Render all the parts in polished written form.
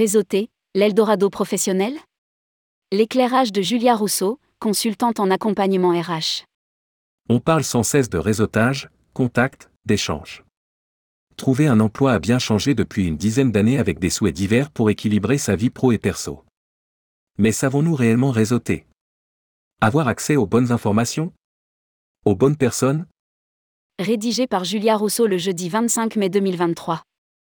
Réseauter, l'Eldorado professionnel? L'éclairage de Julia Rousseau, consultante en accompagnement RH. On parle sans cesse de réseautage, contact, d'échange. Trouver un emploi a bien changé depuis une dizaine d'années avec des souhaits divers pour équilibrer sa vie pro et perso. Mais savons-nous réellement réseauter? Avoir accès aux bonnes informations? Aux bonnes personnes? Rédigé par Julia Rousseau le jeudi 25 mai 2023.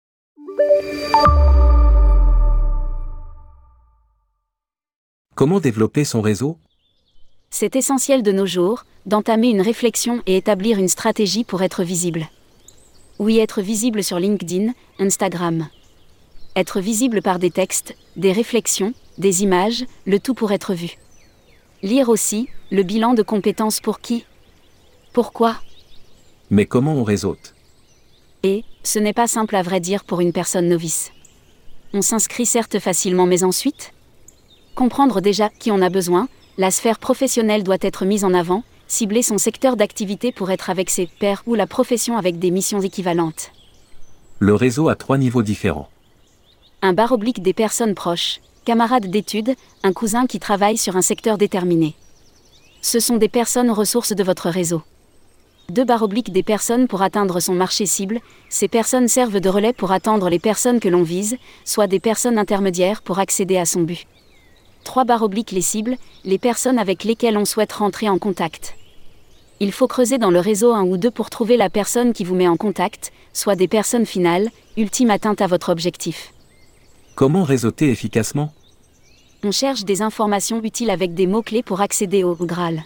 Comment développer son réseau? C'est essentiel de nos jours, d'entamer une réflexion et établir une stratégie pour être visible. Oui, être visible sur LinkedIn, Instagram. Être visible par des textes, des réflexions, des images, le tout pour être vu. Lire aussi, le bilan de compétences pour qui? Pourquoi? Mais comment on réseaute? Et, ce n'est pas simple à vrai dire pour une personne novice. On s'inscrit certes facilement mais ensuite? Comprendre déjà qui on a besoin, la sphère professionnelle doit être mise en avant, cibler son secteur d'activité pour être avec ses pairs ou la profession avec des missions équivalentes. Le réseau a 3 niveaux différents. Un / des personnes proches, camarades d'études, un cousin qui travaille sur un secteur déterminé. Ce sont des personnes ressources de votre réseau. 2 / des personnes pour atteindre son marché cible, ces personnes servent de relais pour attendre les personnes que l'on vise, soit des personnes intermédiaires pour accéder à son but. 3 / les cibles, les personnes avec lesquelles on souhaite rentrer en contact. Il faut creuser dans le réseau 1 ou 2 pour trouver la personne qui vous met en contact, soit des personnes finales, ultime atteinte à votre objectif. Comment réseauter efficacement? On cherche des informations utiles avec des mots-clés pour accéder au Graal.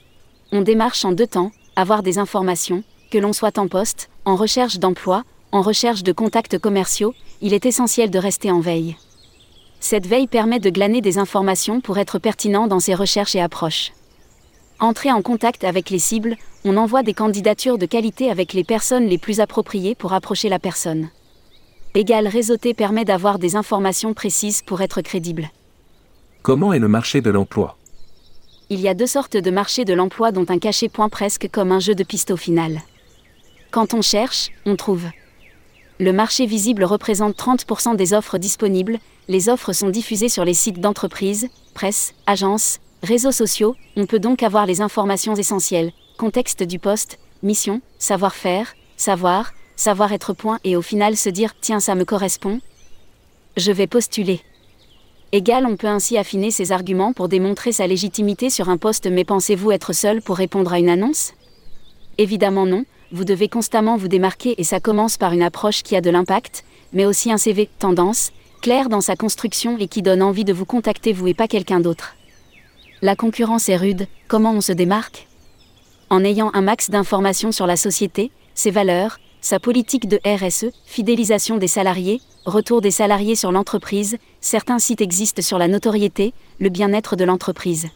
On démarche en 2 temps, avoir des informations, que l'on soit en poste, en recherche d'emploi, en recherche de contacts commerciaux, il est essentiel de rester en veille. Cette veille permet de glaner des informations pour être pertinent dans ses recherches et approches. Entrer en contact avec les cibles, on envoie des candidatures de qualité avec les personnes les plus appropriées pour approcher la personne. Réseauter permet d'avoir des informations précises pour être crédible. Comment est le marché de l'emploi? Il y a 2 sortes de marché de l'emploi dont un cachet point presque comme un jeu de piste au final. Quand on cherche, on trouve. Le marché visible représente 30% des offres disponibles, les offres sont diffusées sur les sites d'entreprises, presse, agences, réseaux sociaux, on peut donc avoir les informations essentielles, contexte du poste, mission, savoir-faire, savoir être point et au final se dire « tiens ça me correspond ». Je vais postuler. On peut ainsi affiner ses arguments pour démontrer sa légitimité sur un poste mais pensez-vous être seul pour répondre à une annonce? Évidemment non, vous devez constamment vous démarquer et ça commence par une approche qui a de l'impact, mais aussi un CV, tendance, clair dans sa construction et qui donne envie de vous contacter vous et pas quelqu'un d'autre. La concurrence est rude, comment on se démarque? En ayant un max d'informations sur la société, ses valeurs, sa politique de RSE, fidélisation des salariés, retour des salariés sur l'entreprise, certains sites existent sur la notoriété, le bien-être de l'entreprise.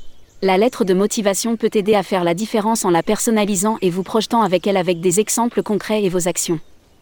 La lettre de motivation peut aider à faire la différence en la personnalisant et vous projetant avec elle avec des exemples concrets et vos actions.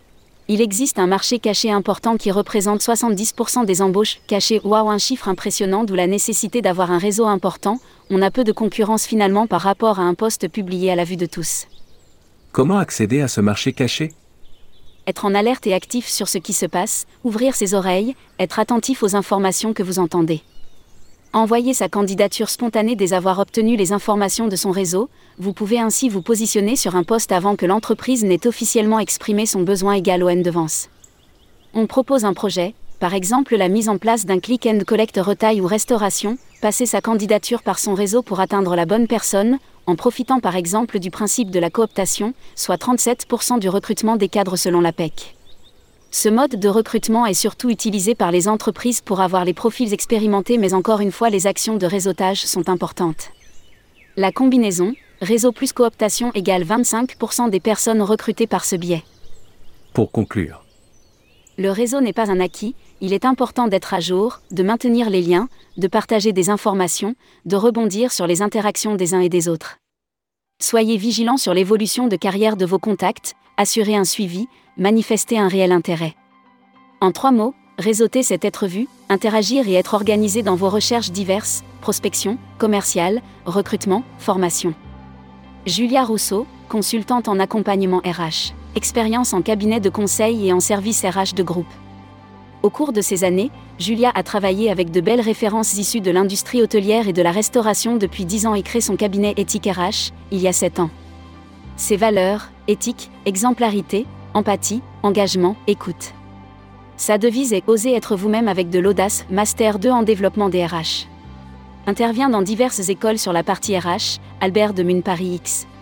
Il existe un marché caché important qui représente 70% des embauches cachées. Waouh, un chiffre impressionnant d'où la nécessité d'avoir un réseau important, on a peu de concurrence finalement par rapport à un poste publié à la vue de tous. Comment accéder à ce marché caché? Être en alerte et actif sur ce qui se passe, ouvrir ses oreilles, être attentif aux informations que vous entendez. Envoyer sa candidature spontanée dès avoir obtenu les informations de son réseau, vous pouvez ainsi vous positionner sur un poste avant que l'entreprise n'ait officiellement exprimé son besoin égal au N devance. On propose un projet, par exemple la mise en place d'un click and collect retail ou restauration, passer sa candidature par son réseau pour atteindre la bonne personne, en profitant par exemple du principe de la cooptation, soit 37% du recrutement des cadres selon l'APEC. Ce mode de recrutement est surtout utilisé par les entreprises pour avoir les profils expérimentés mais encore une fois les actions de réseautage sont importantes. La combinaison, réseau plus cooptation égale 25% des personnes recrutées par ce biais. Pour conclure. Le réseau n'est pas un acquis, il est important d'être à jour, de maintenir les liens, de partager des informations, de rebondir sur les interactions des uns et des autres. Soyez vigilants sur l'évolution de carrière de vos contacts, assurez un suivi, manifestez un réel intérêt. En 3 mots, réseauter c'est être vu, interagir et être organisé dans vos recherches diverses, prospection, commerciale, recrutement, formation. Julia Rousseau, consultante en accompagnement RH, expérience en cabinet de conseil et en service RH de groupe. Au cours de ces années, Julia a travaillé avec de belles références issues de l'industrie hôtelière et de la restauration depuis 10 ans et crée son cabinet Éthique RH, il y a 7 ans. Ses valeurs, éthique, exemplarité, empathie, engagement, écoute. Sa devise est « Osez être vous-même avec de l'audace », Master 2 en développement des RH. Intervient dans diverses écoles sur la partie RH, Albert de Mun Paris X.